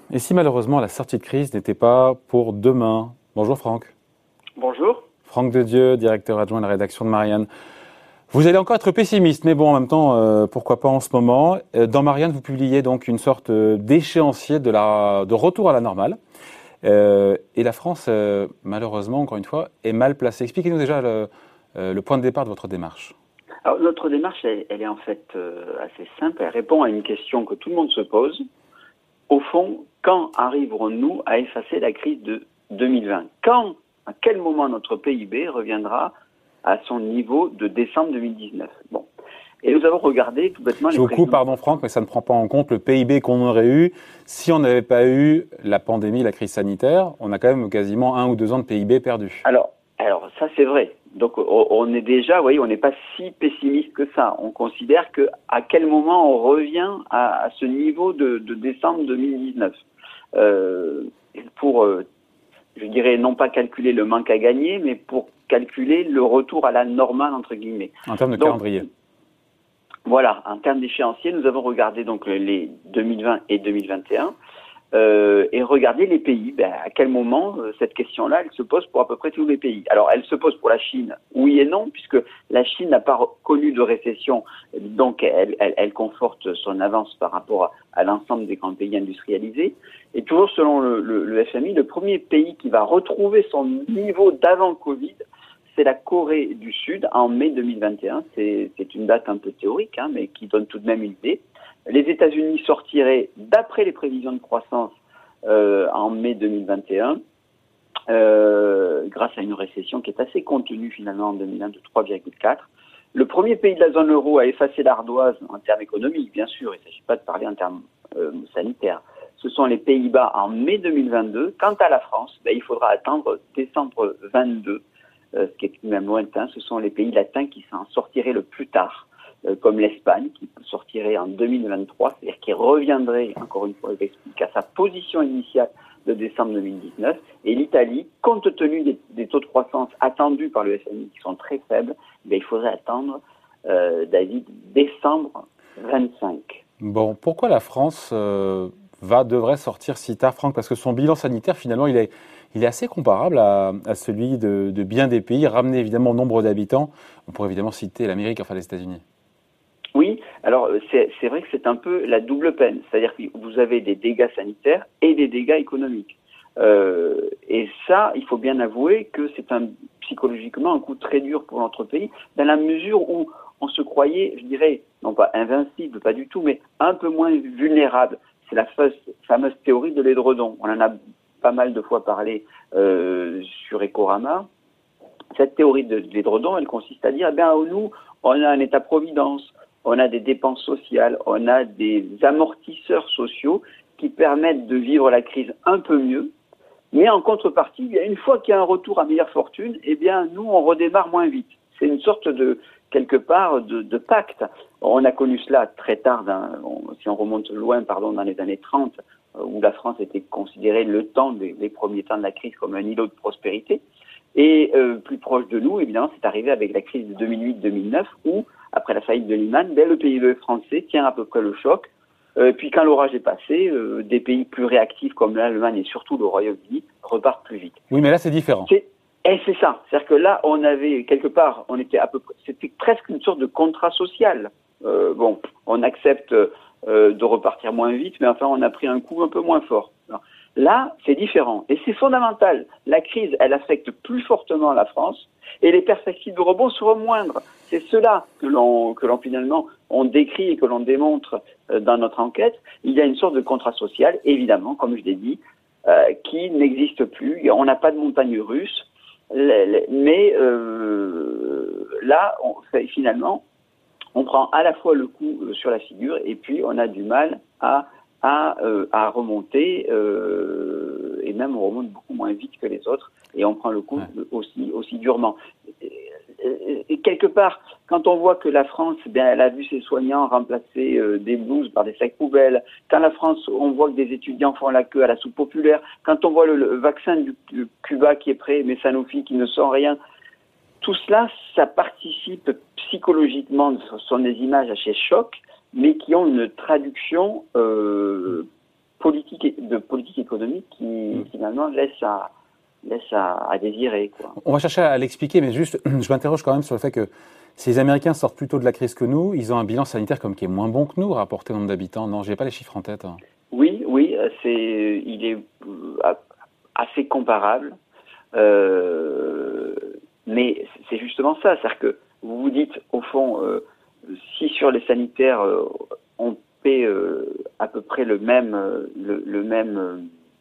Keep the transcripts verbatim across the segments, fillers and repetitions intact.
Et si malheureusement la sortie de crise n'était pas pour demain? Bonjour Franck. Bonjour. Franck Dedieu, directeur adjoint de la rédaction de Marianne. Vous allez encore être pessimiste, mais bon, en même temps, euh, pourquoi pas en ce moment. Dans Marianne, vous publiez donc une sorte d'échéancier de, la, de retour à la normale. Euh, et la France, euh, malheureusement, encore une fois, est mal placée. Expliquez-nous déjà le, euh, le point de départ de votre démarche. Alors, notre démarche, elle, elle est en fait euh, assez simple. Elle répond à une question que tout le monde se pose. Au fond, quand arriverons-nous à effacer la crise de deux mille vingt? Quand, à quel moment notre P I B reviendra à son niveau de décembre deux mille dix-neuf? Bon. Et nous avons regardé tout bêtement les Je vous coupe, pardon Franck, mais ça ne prend pas en compte le P I B qu'on aurait eu si on n'avait pas eu la pandémie, la crise sanitaire. On a quand même quasiment un ou deux ans de P I B perdu. Alors, alors ça c'est vrai. Donc on est déjà, vous voyez, on n'est pas si pessimiste que ça. On considère que à quel moment on revient à, à ce niveau de, de décembre deux mille dix-neuf euh, pour, euh, je dirais, non pas calculer le manque à gagner, mais pour calculer le retour à la normale entre guillemets. En termes de donc, calendrier. Voilà, en termes d'échéancier, nous avons regardé donc les deux mille vingt et deux mille vingt et un. Euh, et regarder les pays, ben, à quel moment euh, cette question-là, elle se pose pour à peu près tous les pays. Alors, elle se pose pour la Chine, oui et non, puisque la Chine n'a pas connu de récession, donc elle, elle, elle conforte son avance par rapport à, à l'ensemble des grands pays industrialisés. Et toujours selon le, le, le F M I, le premier pays qui va retrouver son niveau d'avant Covid, c'est la Corée du Sud en mai deux mille vingt et un. C'est, c'est une date un peu théorique, hein, mais qui donne tout de même une idée. Les États-Unis sortiraient, d'après les prévisions de croissance, euh, en mai deux mille vingt et un, euh, grâce à une récession qui est assez contenue finalement en deux mille un de trois virgule quatre. Le premier pays de la zone euro à effacer l'ardoise en termes économiques, bien sûr, il ne s'agit pas de parler en termes euh, sanitaires, ce sont les Pays-Bas en mai deux mille vingt-deux. Quant à la France, ben, il faudra attendre décembre vingt-deux, euh, ce qui est tout de même lointain. Ce sont les pays latins qui s'en sortiraient le plus tard. Euh, comme l'Espagne, qui sortirait en deux mille vingt-trois, c'est-à-dire qui reviendrait, encore une fois, je l'explique, à sa position initiale de décembre deux mille dix-neuf, et l'Italie, compte tenu des, des taux de croissance attendus par le F M I, qui sont très faibles, ben, il faudrait attendre, euh, David, décembre vingt-cinq. Bon, pourquoi la France euh, va, devrait sortir si tard, Franck? Parce que son bilan sanitaire, finalement, il est, il est assez comparable à, à celui de, de bien des pays, ramené évidemment au nombre d'habitants. On pourrait évidemment citer l'Amérique, enfin les États-Unis. Oui, alors c'est, c'est vrai que c'est un peu la double peine, c'est-à-dire que vous avez des dégâts sanitaires et des dégâts économiques. Euh, et ça, il faut bien avouer que c'est un, psychologiquement un coup très dur pour notre pays, dans la mesure où on se croyait, je dirais, non pas invincible, pas du tout, mais un peu moins vulnérable. C'est la fameuse, fameuse théorie de l'édredon. On en a pas mal de fois parlé euh, sur Ecorama. Cette théorie de, de l'édredon, elle consiste à dire, eh bien, nous, on a un État-providence. On a des dépenses sociales, on a des amortisseurs sociaux qui permettent de vivre la crise un peu mieux. Mais en contrepartie, il y a une fois qu'il y a un retour à meilleure fortune, eh bien, nous, on redémarre moins vite. C'est une sorte de, quelque part, de, de pacte. On a connu cela très tard, dans, on, si on remonte loin, pardon, dans les années trente, où la France était considérée le temps des, des premiers temps de la crise comme un îlot de prospérité. Et euh, plus proche de nous, évidemment, c'est arrivé avec la crise de deux mille huit deux mille neuf, où après la faillite de Lehman, ben, le P I B français tient à peu près le choc. Euh, puis quand l'orage est passé, euh, des pays plus réactifs comme l'Allemagne et surtout le Royaume-Uni repartent plus vite. Oui, mais là c'est différent. C'est, et c'est ça, c'est-à-dire que là, on avait quelque part, on était à peu près, c'était presque une sorte de contrat social. Euh, bon, on accepte euh, de repartir moins vite, mais enfin, on a pris un coup un peu moins fort. Alors, là, c'est différent et c'est fondamental. La crise, elle affecte plus fortement la France et les perspectives de rebond seront moindres. C'est cela que l'on, que l'on finalement on décrit et que l'on démontre euh, dans notre enquête. Il y a une sorte de contrat social, évidemment, comme je l'ai dit, euh, qui n'existe plus. On n'a pas de montagne russe, mais euh, là, on, finalement, on prend à la fois le coup sur la figure et puis on a du mal à à, euh, à remonter euh, et même on remonte beaucoup moins vite que les autres et on prend le coup ouais. aussi aussi durement. Et, et quelque part, quand on voit que la France, eh bien, elle a vu ses soignants remplacer euh, des blouses par des sacs poubelles, quand la France, on voit que des étudiants font la queue à la soupe populaire, quand on voit le, le vaccin du, du Cuba qui est prêt, mais Sanofi qui ne sent rien, tout cela, ça participe psychologiquement, ce sont des images assez chocs, mais qui ont une traduction euh, politique, de politique économique qui, mmh. finalement, laisse à, laisse à, à désirer, quoi. On va chercher à l'expliquer, mais juste, je m'interroge quand même sur le fait que si les Américains sortent plus tôt de la crise que nous, ils ont un bilan sanitaire comme qui est moins bon que nous, rapporté au nombre d'habitants. Non, j'ai pas les chiffres en tête. Hein. Oui, oui, c'est, il est assez comparable. Euh, mais c'est justement ça, c'est-à-dire que vous vous dites, au fond, euh, si sur les sanitaires, euh, on paie euh, à peu près le même, euh, le, le même euh,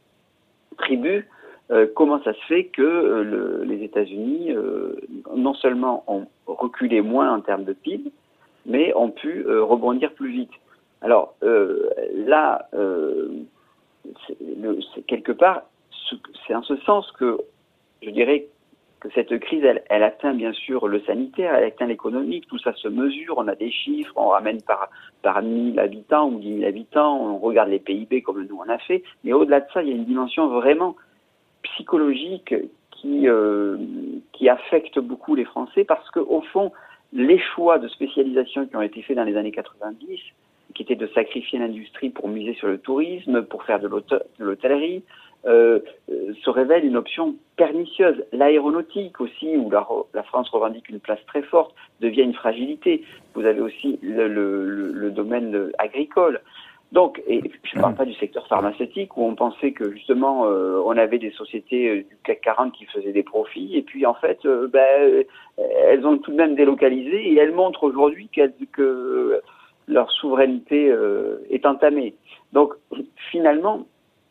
tribut, euh, comment ça se fait que euh, le, les États-Unis, euh, non seulement ont reculé moins en termes de P I B, mais ont pu euh, rebondir plus vite. Alors euh, là, euh, c'est, le, c'est quelque part, c'est en ce sens que je dirais que cette crise, elle, elle atteint bien sûr le sanitaire, elle atteint l'économique, tout ça se mesure, on a des chiffres, on ramène par, par mille habitants ou dix mille habitants, on regarde les P I B comme nous on a fait, mais au-delà de ça, il y a une dimension vraiment psychologique qui, euh, qui affecte beaucoup les Français parce qu'au fond, les choix de spécialisation qui ont été faits dans les années quatre-vingt-dix, qui étaient de sacrifier l'industrie pour miser sur le tourisme, pour faire de, de l'hôtellerie, euh, euh, se révèlent une option pernicieuse. L'aéronautique aussi, où la, la France revendique une place très forte, devient une fragilité. Vous avez aussi le, le, le domaine agricole. Donc, et je ne parle pas du secteur pharmaceutique où on pensait que justement euh, on avait des sociétés euh, du C A C quarante qui faisaient des profits et puis en fait euh, ben, elles ont tout de même délocalisé et elles montrent aujourd'hui qu'elles, que leur souveraineté euh, est entamée. Donc finalement,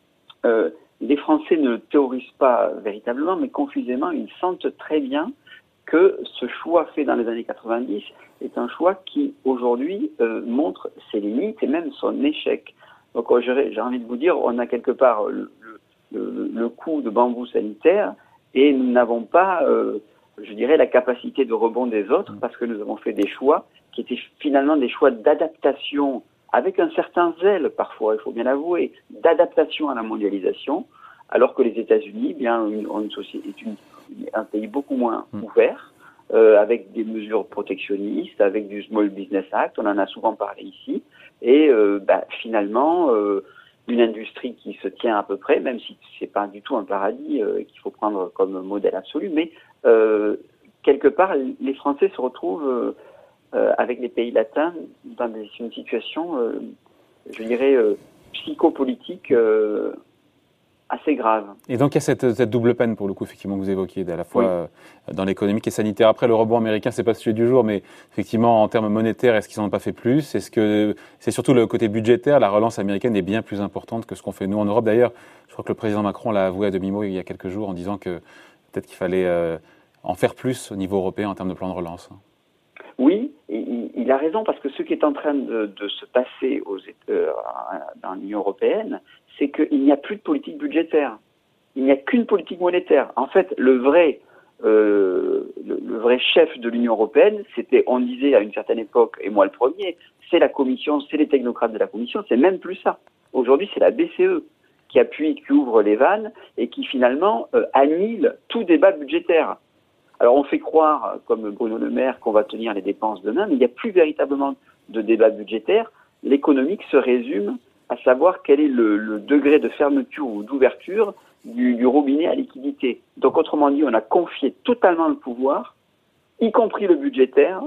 euh, les Français ne le théorisent pas véritablement, mais confusément ils sentent très bien que ce choix fait dans les années quatre-vingt-dix est un choix qui, aujourd'hui, euh, montre ses limites et même son échec. Donc, j'ai, j'ai envie de vous dire, on a quelque part le, le, le coup de bambou sanitaire et nous n'avons pas, euh, je dirais, la capacité de rebond des autres parce que nous avons fait des choix qui étaient finalement des choix d'adaptation avec un certain zèle, parfois, il faut bien l'avouer, d'adaptation à la mondialisation, alors que les États-Unis, bien, ont une société, est une un pays beaucoup moins ouvert, euh, avec des mesures protectionnistes, avec du Small Business Act, on en a souvent parlé ici, et euh, bah, finalement, euh, une industrie qui se tient à peu près, même si c'est pas du tout un paradis euh, qu'il faut prendre comme modèle absolu, mais euh, quelque part, les Français se retrouvent euh, avec les pays latins dans des, une situation, euh, je dirais, euh, psychopolitique euh, assez grave. Et donc il y a cette, cette double peine pour le coup effectivement que vous évoquiez, à la fois oui. dans l'économique et sanitaire. Après le rebond américain, c'est pas le sujet du jour, mais effectivement en termes monétaires, est-ce qu'ils n'en ont pas fait plus ? Est-ce que c'est surtout le côté budgétaire, la relance américaine est bien plus importante que ce qu'on fait nous en Europe. D'ailleurs, je crois que le président Macron l'a avoué à demi-mot il y a quelques jours en disant que peut-être qu'il fallait euh, en faire plus au niveau européen en termes de plan de relance. Oui, il, il a raison parce que ce qui est en train de, de se passer aux, euh, dans l'Union européenne, c'est qu'il n'y a plus de politique budgétaire. Il n'y a qu'une politique monétaire. En fait, le vrai, euh, le, le vrai chef de l'Union européenne, c'était, on disait à une certaine époque, et moi le premier, c'est la Commission, c'est les technocrates de la Commission, c'est même plus ça. Aujourd'hui, c'est la B C E qui appuie, qui ouvre les vannes et qui finalement euh, annule tout débat budgétaire. Alors on fait croire, comme Bruno Le Maire, qu'on va tenir les dépenses demain, mais il n'y a plus véritablement de débat budgétaire. L'économique se résume à savoir quel est le, le degré de fermeture ou d'ouverture du, du robinet à liquidité. Donc autrement dit, on a confié totalement le pouvoir, y compris le budgétaire,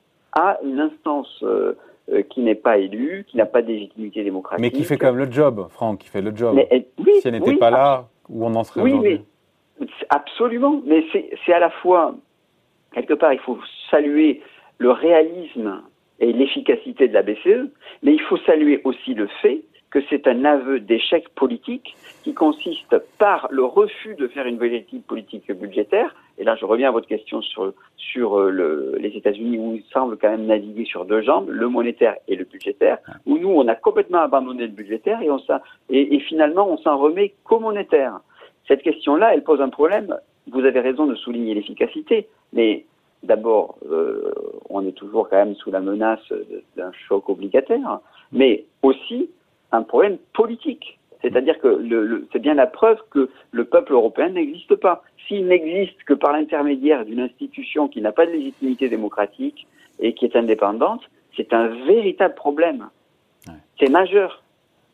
à une instance euh, euh, qui n'est pas élue, qui n'a pas de légitimité démocratique. Mais qui fait quand même le job, Franck, qui fait le job. Mais, elle, oui, si elle n'était oui, pas là, où on en serait oui, aujourd'hui ? Mais, absolument, mais c'est, c'est à la fois, quelque part, il faut saluer le réalisme et l'efficacité de la B C E, mais il faut saluer aussi le fait que c'est un aveu d'échec politique qui consiste par le refus de faire une véritable politique budgétaire. Et là, je reviens à votre question sur, sur le, les États-Unis où ils semblent quand même naviguer sur deux jambes, le monétaire et le budgétaire, où nous, on a complètement abandonné le budgétaire et, on s'en, et, et finalement, on s'en remet qu'au monétaire. Cette question-là, elle pose un problème. Vous avez raison de souligner l'efficacité, mais d'abord, euh, on est toujours quand même sous la menace d'un choc obligataire, mais aussi un problème politique. C'est-à-dire que le, le, c'est bien la preuve que le peuple européen n'existe pas. S'il n'existe que par l'intermédiaire d'une institution qui n'a pas de légitimité démocratique et qui est indépendante, c'est un véritable problème. Ouais. C'est majeur.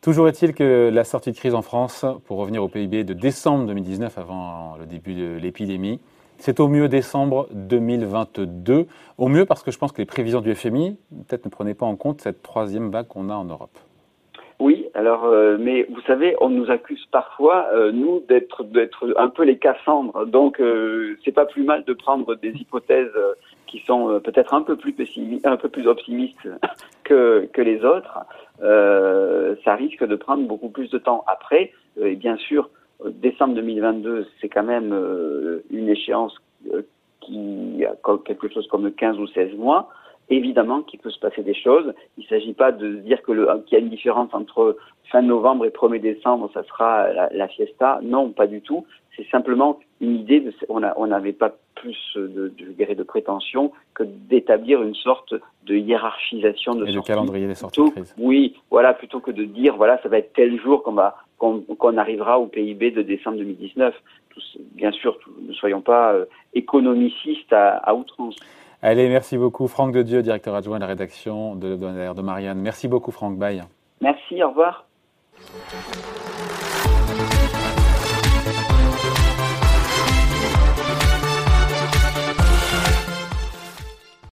Toujours est-il que la sortie de crise en France, pour revenir au P I B de décembre deux mille dix-neuf, avant le début de l'épidémie, c'est au mieux décembre deux mille vingt-deux. Au mieux parce que je pense que les prévisions du F M I peut-être ne prenaient pas en compte cette troisième vague qu'on a en Europe. Oui, alors, euh, mais vous savez, on nous accuse parfois, euh, nous, d'être d'être un peu les Cassandres. Donc, euh, c'est pas plus mal de prendre des hypothèses euh, qui sont euh, peut-être un peu plus pessimistes, un peu plus optimistes que que les autres. Euh, ça risque de prendre beaucoup plus de temps. Après, euh, et bien sûr, euh, décembre deux mille vingt-deux, c'est quand même euh, une échéance euh, qui a quelque chose comme quinze ou seize mois. Évidemment qu'il peut se passer des choses. Il ne s'agit pas de dire que le, qu'il y a une différence entre fin novembre et premier décembre, ça sera la, la fiesta. Non, pas du tout. C'est simplement une idée. De, on a, on n'avait pas plus de, de, de prétention que d'établir une sorte de hiérarchisation de et sorties. de calendrier des sorties plutôt, de crise. Oui, voilà, plutôt que de dire voilà, ça va être tel jour qu'on va qu'on, qu'on arrivera au P I B de décembre deux mille dix-neuf. Tous, bien sûr, tout, ne soyons pas euh, économicistes à, à outrance. Allez, merci beaucoup. Franck Dedieu, directeur adjoint de la rédaction de l'hebdomadaire de Marianne. Merci beaucoup, Franck. Bye. Merci, au revoir.